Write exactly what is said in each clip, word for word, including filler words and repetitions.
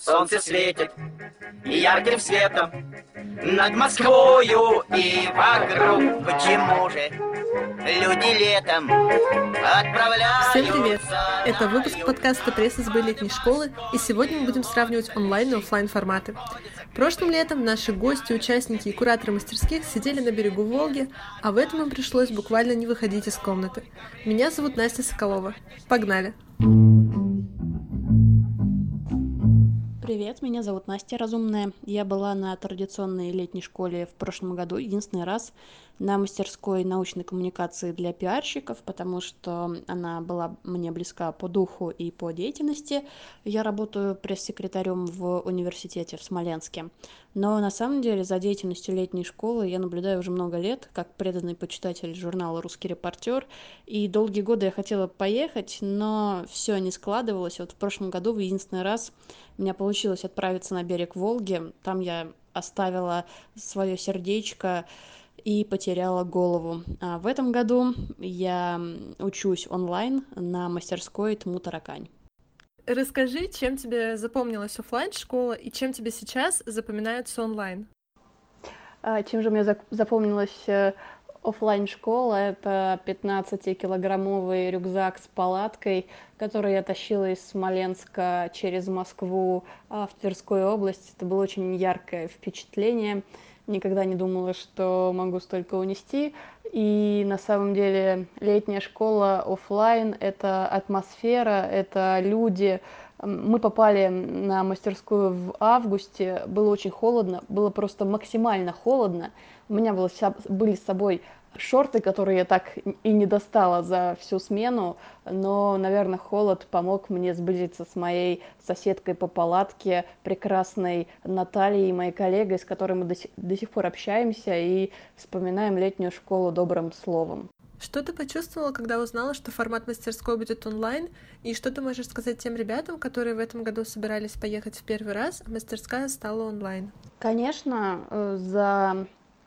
солнце светит ярким светом над Москвою и вокруг. Почему же люди летом отправляются? Всем привет! Это выпуск подкаста пресс-избы летней школы, и сегодня мы будем сравнивать онлайн и офлайн форматы. Прошлым летом наши гости, участники и кураторы мастерских сидели на берегу Волги, а в этом им пришлось буквально не выходить из комнаты. Меня зовут Настя Соколова. Погнали! Привет, меня зовут Настя Разумная. Я была на традиционной летней школе в прошлом году, единственный раз на мастерской научной коммуникации для пиарщиков, потому что она была мне близка по духу и по деятельности. Я работаю пресс-секретарем в университете в Смоленске. Но на самом деле за деятельностью летней школы я наблюдаю уже много лет, как преданный почитатель журнала «Русский репортер». И долгие годы я хотела поехать, но все не складывалось. Вот в прошлом году в единственный раз у меня получилось отправиться на берег Волги. Там я оставила свое сердечко и потеряла голову. А в этом году я учусь онлайн на мастерской «Тму Таракань». Расскажи, чем тебе запомнилась офлайн-школа и чем тебе сейчас запоминается онлайн? А, чем же мне запомнилась офлайн-школа? Это пятнадцатикилограммовый рюкзак с палаткой, который я тащила из Смоленска через Москву в Тверскую область. Это было очень яркое впечатление. Никогда не думала, что могу столько унести. И на самом деле летняя школа офлайн — это атмосфера, это люди. Мы попали на мастерскую в августе, было очень холодно, было просто максимально холодно. У меня было, были с собой шорты, которые я так и не достала за всю смену, но, наверное, холод помог мне сблизиться с моей соседкой по палатке, прекрасной Натальей, моей коллегой, с которой мы до сих, до сих пор общаемся и вспоминаем летнюю школу добрым словом. Что ты почувствовала, когда узнала, что формат мастерской будет онлайн, и что ты можешь сказать тем ребятам, которые в этом году собирались поехать в первый раз, а мастерская стала онлайн? Конечно, за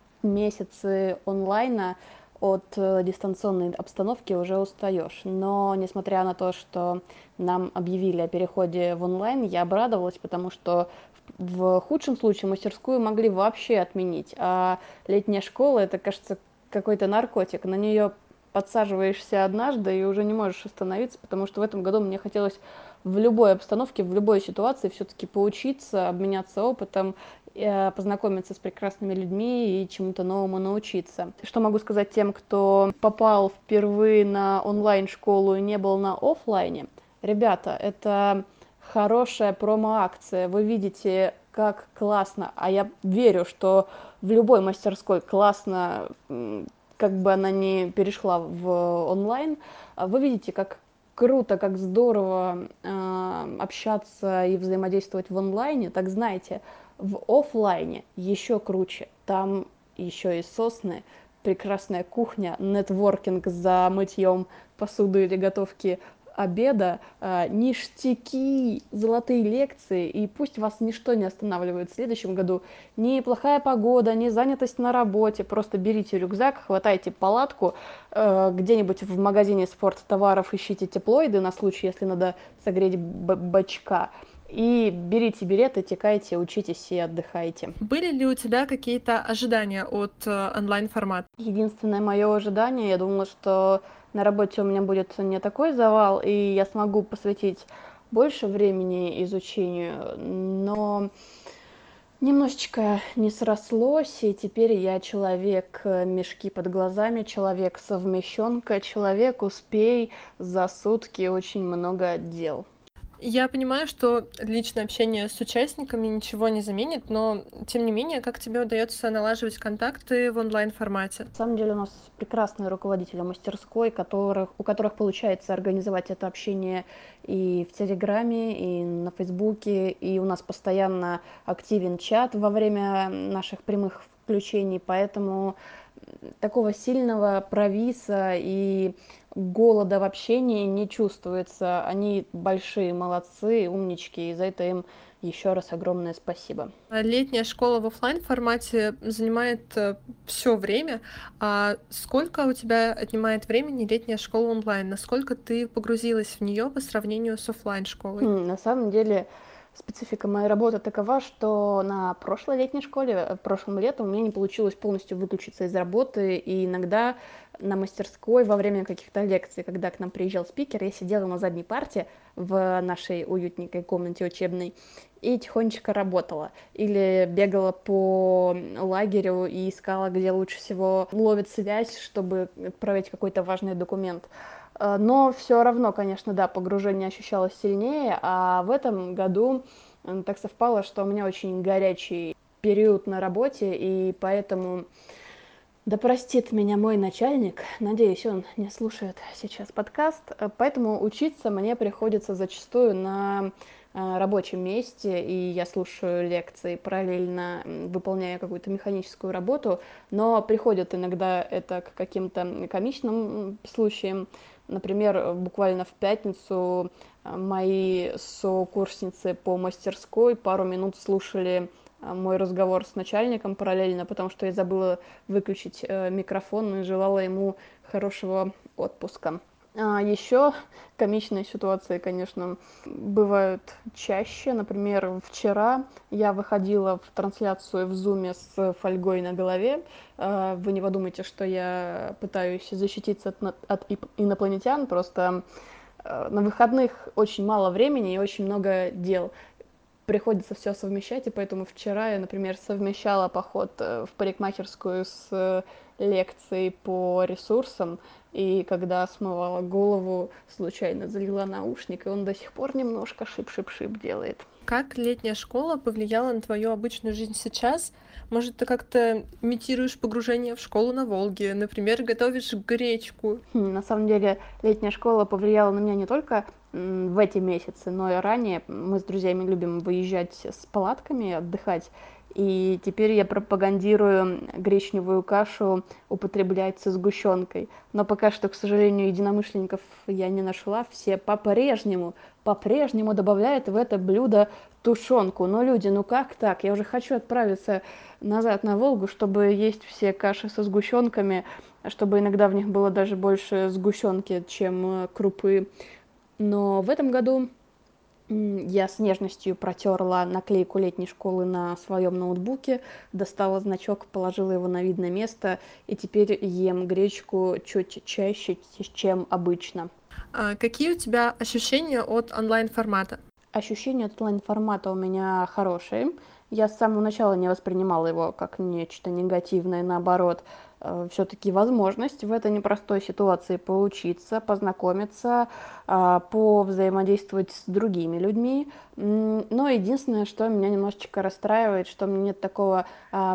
месяцы онлайна от дистанционной обстановки уже устаешь. Но несмотря на то, что нам объявили о переходе в онлайн, я обрадовалась, потому что в худшем случае мастерскую могли вообще отменить. А летняя школа — это, кажется, какой-то наркотик. На нее подсаживаешься однажды и уже не можешь остановиться, потому что в этом году мне хотелось в любой обстановке, в любой ситуации все-таки поучиться, обменяться опытом, познакомиться с прекрасными людьми и чему-то новому научиться. Что могу сказать тем, кто попал впервые на онлайн-школу и не был на офлайне? Ребята, это хорошая промо-акция. Вы видите, как классно, а я верю, что в любой мастерской классно, как бы она ни перешла в онлайн, вы видите, как круто, как здорово э, общаться и взаимодействовать в онлайне. Так знаете, в офлайне еще круче. Там еще и сосны, прекрасная кухня, нетворкинг за мытьем посуды или готовки обеда, э, ништяки, золотые лекции, и пусть вас ничто не останавливает в следующем году. Ни плохая погода, ни занятость на работе. Просто берите рюкзак, хватайте палатку, э, где-нибудь в магазине спорттоваров ищите теплоиды на случай, если надо согреть б- бачка. И берите билеты, текайте, учитесь и отдыхайте. Были ли у тебя какие-то ожидания от э, онлайн-формата? Единственное мое ожидание, я думала, что на работе у меня будет не такой завал, и я смогу посвятить больше времени изучению, но немножечко не срослось, и теперь я человек мешки под глазами, человек совмещенка, человек успей, за сутки очень много дел. Я понимаю, что личное общение с участниками ничего не заменит, но, тем не менее, как тебе удается налаживать контакты в онлайн-формате? На самом деле у нас прекрасные руководители мастерской, которых, у которых получается организовать это общение и в Телеграме, и на Фейсбуке, и у нас постоянно активен чат во время наших прямых включений, поэтому такого сильного провиса и голода в общении не чувствуется. Они большие молодцы, умнички, и за это им еще раз огромное спасибо. Летняя школа в офлайн-формате занимает все время. А сколько у тебя отнимает времени летняя школа онлайн? Насколько ты погрузилась в нее по сравнению с офлайн-школой? На самом деле Специфика моей работы такова, что на прошлой летней школе, прошлым летом у меня не получилось полностью выключиться из работы, и иногда на мастерской во время каких-то лекций, когда к нам приезжал спикер, я сидела на задней парте в нашей уютненькой комнате учебной и тихонечко работала. Или бегала по лагерю и искала, где лучше всего ловит связь, чтобы отправить какой-то важный документ. Но все равно, конечно, да, погружение ощущалось сильнее, а в этом году так совпало, что у меня очень горячий период на работе, и поэтому, да простит меня мой начальник, надеюсь, он не слушает сейчас подкаст, поэтому учиться мне приходится зачастую на рабочем месте, и я слушаю лекции, параллельно выполняя какую-то механическую работу, но приходит иногда это к каким-то комичным случаям. Например, буквально в пятницу мои сокурсницы по мастерской пару минут слушали мой разговор с начальником параллельно, потому что я забыла выключить микрофон и желала ему хорошего отпуска. А еще комичные ситуации, конечно, бывают чаще. Например, вчера я выходила в трансляцию в зуме с фольгой на голове. Вы не подумайте, что я пытаюсь защититься от, от инопланетян, просто на выходных очень мало времени и очень много дел. Приходится все совмещать, и поэтому вчера я, например, совмещала поход в парикмахерскую с лекцией по ресурсам, и когда смывала голову, случайно залила наушник, и он до сих пор немножко шип-шип-шип делает. Как летняя школа повлияла на твою обычную жизнь сейчас? Может, ты как-то имитируешь погружение в школу на Волге, например, готовишь гречку? Хм, на самом деле, летняя школа повлияла на меня не только в эти месяцы, но и ранее. Мы с друзьями любим выезжать с палатками, отдыхать. И теперь я пропагандирую гречневую кашу употреблять со сгущенкой. Но пока что, к сожалению, единомышленников я не нашла. Все по-прежнему, по-прежнему добавляют в это блюдо тушенку. Но, люди, ну как так? Я уже хочу отправиться назад на Волгу, чтобы есть все каши со сгущенками, чтобы иногда в них было даже больше сгущенки, чем крупы. Но в этом году я с нежностью протерла наклейку летней школы на своем ноутбуке, достала значок, положила его на видное место, и теперь ем гречку чуть чаще, чем обычно. А какие у тебя ощущения от онлайн-формата? Ощущения от онлайн-формата у меня хорошие. Я с самого начала не воспринимала его как нечто негативное, наоборот, все-таки возможность в этой непростой ситуации поучиться, познакомиться, повзаимодействовать с другими людьми. Но единственное, что меня немножечко расстраивает, что у меня нет такого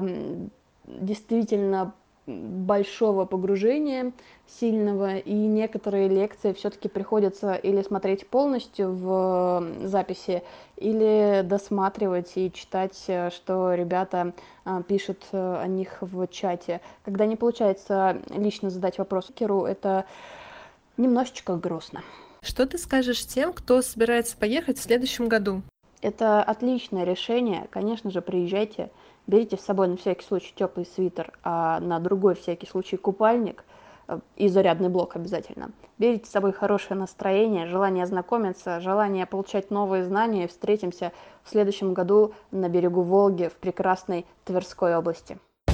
действительно большого погружения сильного, и некоторые лекции все-таки приходится или смотреть полностью в записи, или досматривать и читать, что ребята пишут о них в чате. Когда не получается лично задать вопрос Киру, это немножечко грустно. Что ты скажешь тем, кто собирается поехать в следующем году? Это отличное решение. Конечно же, приезжайте. Берите с собой на всякий случай теплый свитер, а на другой всякий случай купальник и зарядный блок обязательно. Берите с собой хорошее настроение, желание знакомиться, желание получать новые знания. Встретимся в следующем году на берегу Волги в прекрасной Тверской области.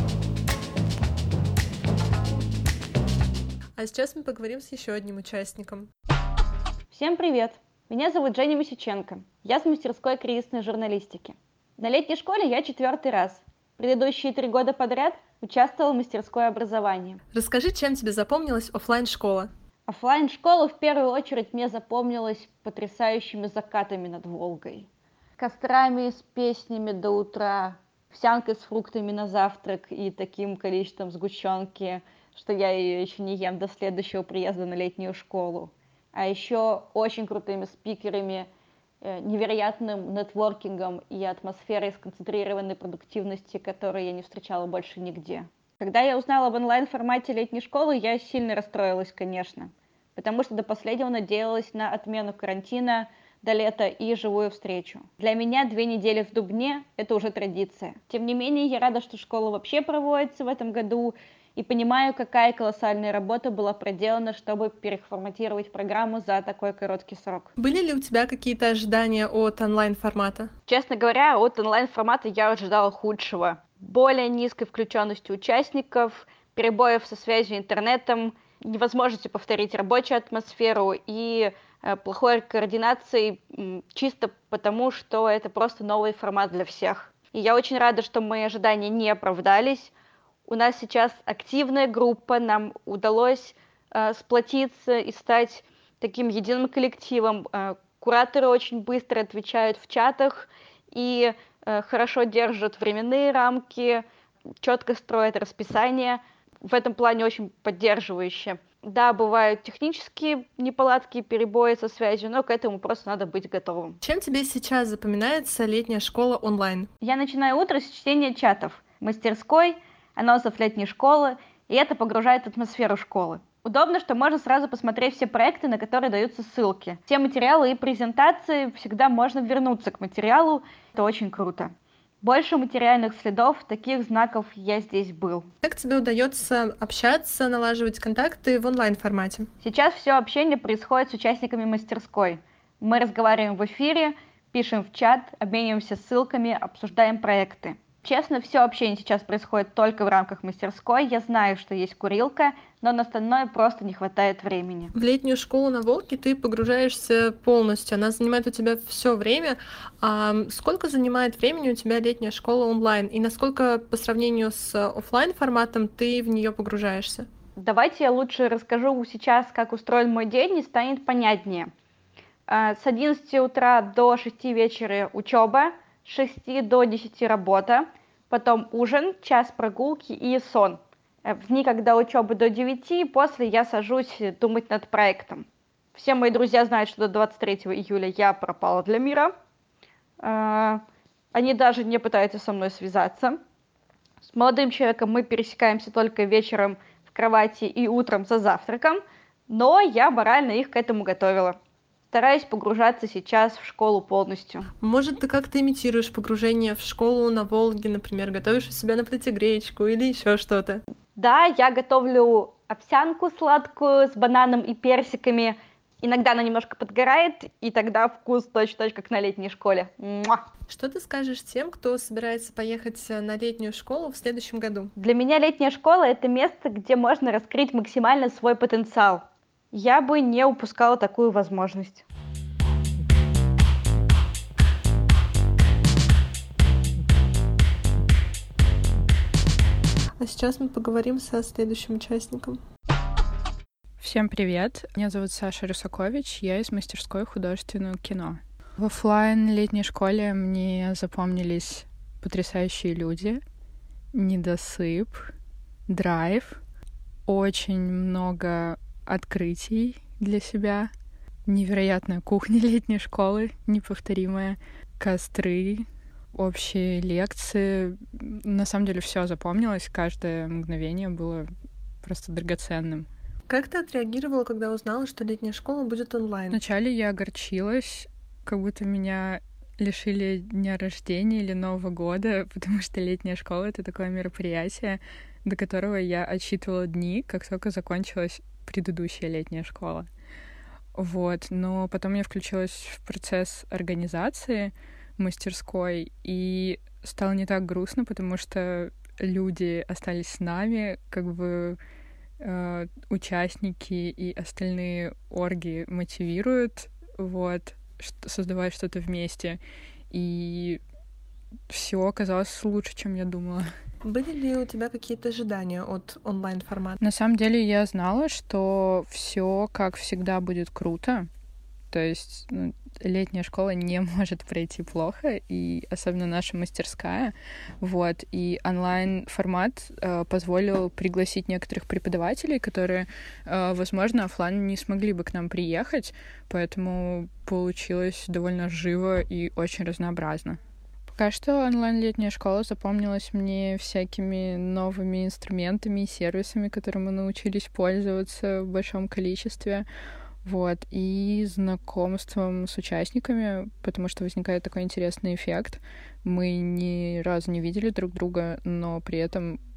А сейчас мы поговорим с еще одним участником. Всем привет! Меня зовут Женя Мисюченко. Я с мастерской кризисной журналистики. На летней школе я четвертый раз. Предыдущие три года подряд участвовала в мастерской образования. Расскажи, чем тебе запомнилась офлайн-школа? Офлайн-школа в первую очередь мне запомнилась потрясающими закатами над Волгой. Кострами с песнями до утра, овсянкой с фруктами на завтрак и таким количеством сгущенки, что я ее еще не ем до следующего приезда на летнюю школу. А еще очень крутыми спикерами, невероятным нетворкингом и атмосферой сконцентрированной продуктивности, которую я не встречала больше нигде. Когда я узнала об онлайн-формате летней школы, я сильно расстроилась, конечно, потому что до последнего надеялась на отмену карантина до лета и живую встречу. Для меня две недели в Дубне – это уже традиция. Тем не менее, я рада, что школа вообще проводится в этом году, и понимаю, какая колоссальная работа была проделана, чтобы переформатировать программу за такой короткий срок. Были ли у тебя какие-то ожидания от онлайн-формата? Честно говоря, от онлайн-формата я ожидала худшего. Более низкой включенности участников, перебоев со связью интернетом, невозможности повторить рабочую атмосферу и э, плохой координации м, чисто потому, что это просто новый формат для всех. И я очень рада, что мои ожидания не оправдались. У нас сейчас активная группа, нам удалось э, сплотиться и стать таким единым коллективом. Э, кураторы очень быстро отвечают в чатах и э, хорошо держат временные рамки, четко строят расписание. В этом плане очень поддерживающе. Да, бывают технические неполадки, перебои со связью, но к этому просто надо быть готовым. Чем тебе сейчас запоминается летняя школа онлайн? Я начинаю утро с чтения чатов, мастерской, анонсов летней школы, и это погружает в атмосферу школы. Удобно, что можно сразу посмотреть все проекты, на которые даются ссылки. Все материалы и презентации, всегда можно вернуться к материалу, это очень круто. Больше материальных следов, таких знаков «я здесь был». Как тебе удается общаться, налаживать контакты в онлайн-формате? Сейчас все общение происходит с участниками мастерской. Мы разговариваем в эфире, пишем в чат, обмениваемся ссылками, обсуждаем проекты. Честно, все общение сейчас происходит только в рамках мастерской. Я знаю, что есть курилка, но на остальное просто не хватает времени. В летнюю школу на Волге ты погружаешься полностью. Она занимает у тебя все время. А сколько занимает времени у тебя летняя школа онлайн? И насколько по сравнению с офлайн форматом ты в нее погружаешься? Давайте я лучше расскажу сейчас, как устроен мой день, и станет понятнее. С одиннадцати утра до шести вечера учеба, с шести до десяти работа, потом ужин, час прогулки и сон. В дни, когда учеба до девяти, после я сажусь думать над проектом. Все мои друзья знают, что до двадцать третьего июля я пропала для мира. Они даже не пытаются со мной связаться. С молодым человеком мы пересекаемся только вечером в кровати и утром за завтраком, но я морально их к этому готовила. Стараюсь погружаться сейчас в школу полностью. Может, ты как-то имитируешь погружение в школу на Волге, например, готовишь у себя на плите гречку или еще что-то? Да, я готовлю овсянку сладкую с бананом и персиками. Иногда она немножко подгорает, и тогда вкус точно как на летней школе. Муа! Что ты скажешь тем, кто собирается поехать на летнюю школу в следующем году? Для меня летняя школа — это место, где можно раскрыть максимально свой потенциал. Я бы не упускала такую возможность. А сейчас мы поговорим со следующим участником. Всем привет, меня зовут Саша Русакович, я из мастерской художественного кино. В офлайн летней школе мне запомнились потрясающие люди, недосып, драйв, очень много открытий для себя, невероятная кухня летней школы, неповторимая, костры, общие лекции. На самом деле все запомнилось, каждое мгновение было просто драгоценным. Как ты отреагировала, когда узнала, что летняя школа будет онлайн? Вначале я огорчилась, как будто меня лишили дня рождения или Нового года, потому что летняя школа — это такое мероприятие, до которого я отсчитывала дни, как только закончилась предыдущая летняя школа. Вот. Но потом я включилась в процесс организации мастерской, и стало не так грустно, потому что люди остались с нами, как бы э, участники и остальные орги мотивируют, вот, что, создавать что-то вместе. И все оказалось лучше, чем я думала. Были ли у тебя какие-то ожидания от онлайн-формата? На самом деле я знала, что все, как всегда, будет круто. То есть ну, летняя школа не может пройти плохо, и особенно наша мастерская. Вот. И онлайн-формат э, позволил пригласить некоторых преподавателей, которые, э, возможно, офлайн не смогли бы к нам приехать, поэтому получилось довольно живо и очень разнообразно. Пока что онлайн-летняя школа запомнилась мне всякими новыми инструментами и сервисами, которыми мы научились пользоваться в большом количестве. Вот, и знакомством с участниками, потому что возникает такой интересный эффект. Мы ни разу не видели друг друга, но при этом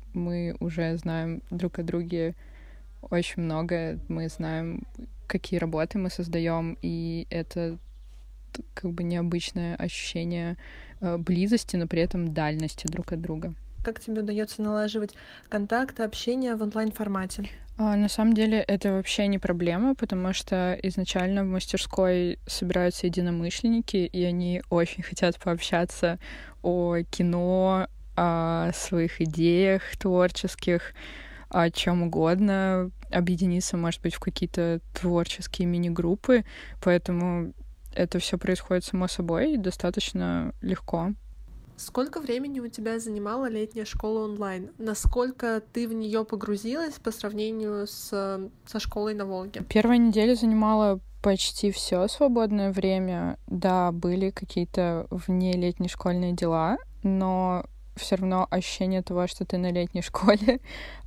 мы уже знаем друг о друге очень многое, мы знаем, какие работы мы создаем, и это как бы необычное ощущение близости, но при этом дальности друг от друга. Как тебе удается налаживать контакты, общение в онлайн-формате? А, на самом деле это вообще не проблема, потому что изначально в мастерской собираются единомышленники, и они очень хотят пообщаться о кино, о своих идеях творческих, о чем угодно, объединиться, может быть, в какие-то творческие мини-группы, поэтому это все происходит само собой достаточно легко. Сколько времени у тебя занимала летняя школа онлайн? Насколько ты в нее погрузилась по сравнению с, со школой на Волге? Первая неделя занимала почти все свободное время. Да, были какие-то вне летней школьные дела, но все равно ощущение того, что ты на летней школе,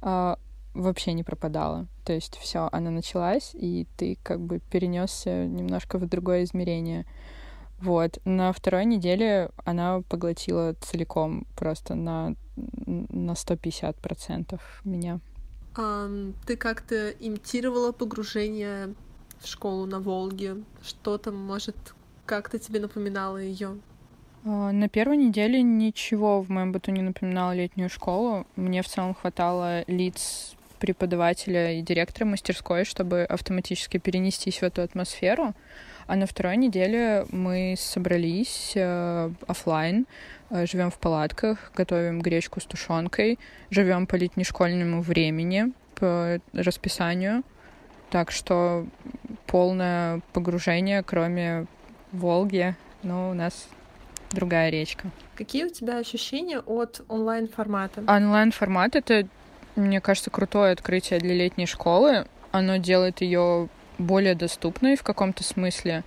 вообще не пропадало. То есть все, она началась, и ты как бы перенесся немножко в другое измерение. Вот. На второй неделе она поглотила целиком просто на, на сто пятьдесят процентов меня. А, ты как-то имитировала погружение в школу на Волге? Что-то, может, как-то тебе напоминало ее? На первой неделе ничего в моем быту не напоминало летнюю школу. Мне в целом хватало лиц преподавателя и директора мастерской, чтобы автоматически перенестись в эту атмосферу. А на второй неделе мы собрались э, офлайн, э, живем в палатках, готовим гречку с тушенкой, живем по летнешкольному времени, по расписанию. Так что полное погружение, кроме Волги, но у нас другая речка. Какие у тебя ощущения от онлайн-формата? Онлайн-формат — это, мне кажется, крутое открытие для летней школы. Оно делает ее более доступной в каком-то смысле.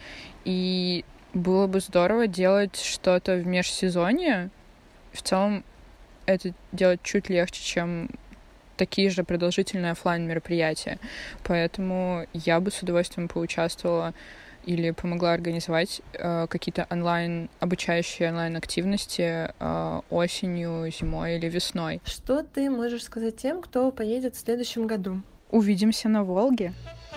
И было бы здорово делать что-то в межсезонье. В целом это делать чуть легче, чем такие же продолжительные офлайн мероприятия. Поэтому я бы с удовольствием поучаствовала или помогла организовать э, какие-то онлайн, обучающие онлайн-активности э, осенью, зимой или весной. Что ты можешь сказать тем, кто поедет в следующем году? Увидимся на Волге.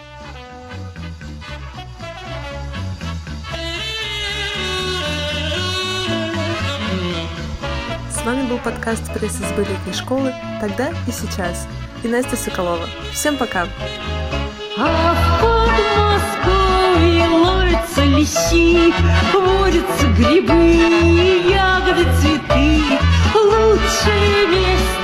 С вами был подкаст пресс-избы летней школы «Тогда и сейчас» и Настя Соколова. Всем пока! А в Подмосковье ловятся лещи, водятся грибы, ягоды, цветы. Лучшее место